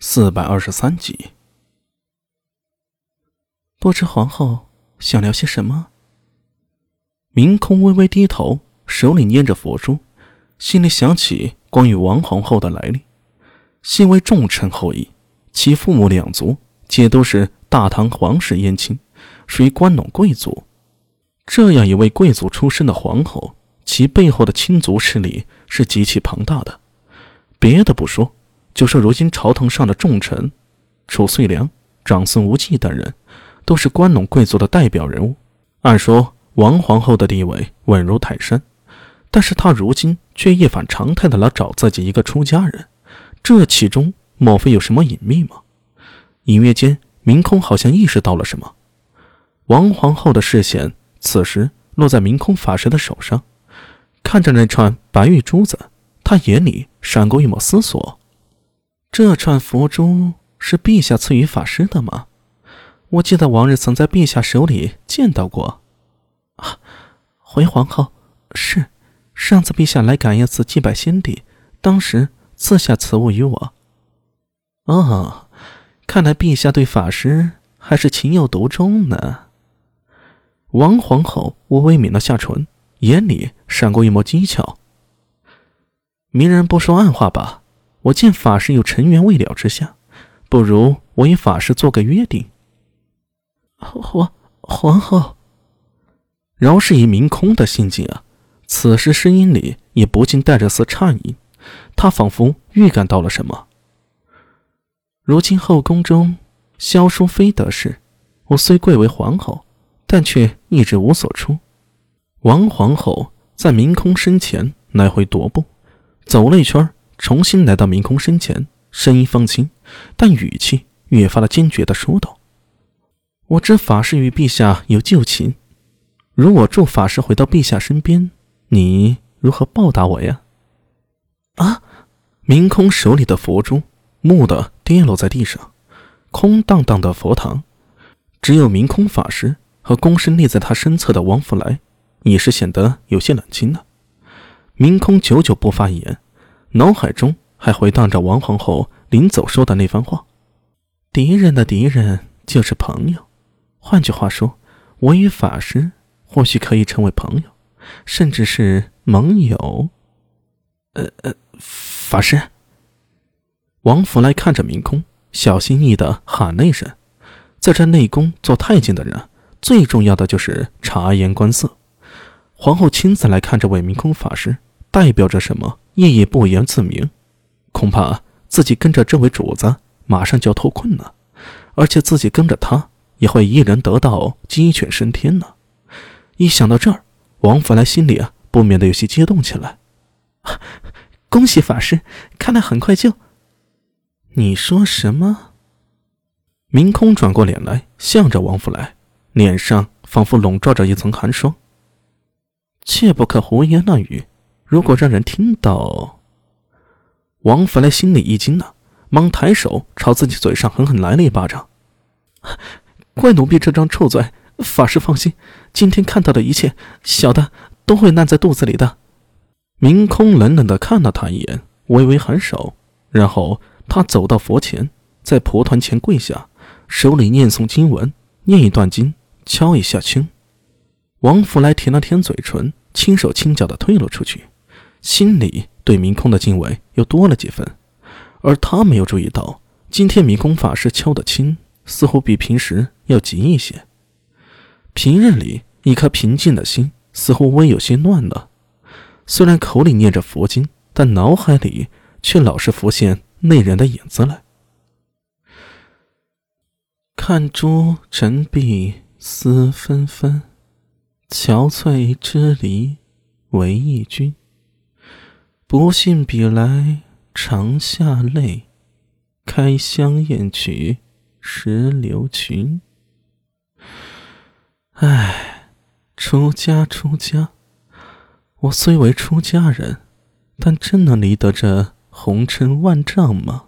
423集。不知皇后想聊些什么？明空微微低头，手里捏着佛珠，心里想起关于王皇后的来历。系为重臣后裔，其父母两族皆都是大唐皇室姻亲，属于关陇贵族。这样一位贵族出身的皇后，其背后的亲族势力是极其庞大的。别的不说，就说如今朝堂上的重臣褚遂良、长孙无忌等人，都是关陇贵族的代表人物。按说王皇后的地位稳如泰山，但是她如今却一反常态的来找自己一个出家人，这其中莫非有什么隐秘吗？隐约间，明空好像意识到了什么。王皇后的视线此时落在明空法师的手上，看着那串白玉珠子，他眼里闪过一抹思索。这串佛珠是陛下赐予法师的吗？我记得往日曾在陛下手里见到过。回皇后，是上次陛下来感应寺祭拜先帝，当时赐下此物于我。看来陛下对法师还是情有独钟呢。王皇后微微抿了下唇，眼里闪过一抹讥诮。明人不说暗话吧，我见法师有尘缘未了之下，不如我与法师做个约定。皇后，饶是以明空的心境啊，此时声音里也不禁带着丝颤音，他仿佛预感到了什么。如今后宫中萧淑妃得势，我虽贵为皇后，但却一直无所出。王皇后在明空身前来回踱步，走了一圈，重新来到明空身前，声音放轻，但语气越发的坚决地说道：我知法师与陛下有旧情，如我助法师回到陛下身边，你如何报答我呀？明空手里的佛珠蓦地跌落在地上，空荡荡的佛堂，只有明空法师和躬身立在他身侧的王福来也是显得有些冷清了。明空久久不发言，脑海中还回荡着王皇后临走说的那番话：敌人的敌人就是朋友，换句话说，我与法师或许可以成为朋友，甚至是盟友。法师。王福来看着明空，小心翼翼地喊了一声。在这内宫做太监的人，最重要的就是察言观色。皇后亲自来看这位明空法师，代表着什么，夜夜不言自明。恐怕自己跟着这位主子马上就要脱困了，而且自己跟着他也会一人得道鸡犬升天呢。一想到这儿，王福来心里不免的有些激动起来。恭喜法师，看来很快就……你说什么？明空转过脸来，向着王福来，脸上仿佛笼罩着一层寒霜。切不可胡言乱语，如果让人听到……王福来心里一惊忙抬手朝自己嘴上狠狠来了一巴掌。怪奴婢这张臭嘴，法师放心，今天看到的一切，小的都会烂在肚子里的。明空冷冷地看了他一眼，微微颔首，然后他走到佛前，在蒲团前跪下，手里念诵经文，念一段经，敲一下磬。王福来舔了舔嘴唇，轻手轻脚地退了出去，心里对明空的敬畏又多了几分。而他没有注意到，今天明空法师敲的磬似乎比平时要急一些。平日里一颗平静的心似乎微有些乱了，虽然口里念着佛经，但脑海里却老是浮现那人的影子来。看朱尘碧思纷纷，憔悴支离为忆君。不信比来长下泪，开香艳曲石榴裙。出家，我虽为出家人，但真能离得这红尘万丈吗？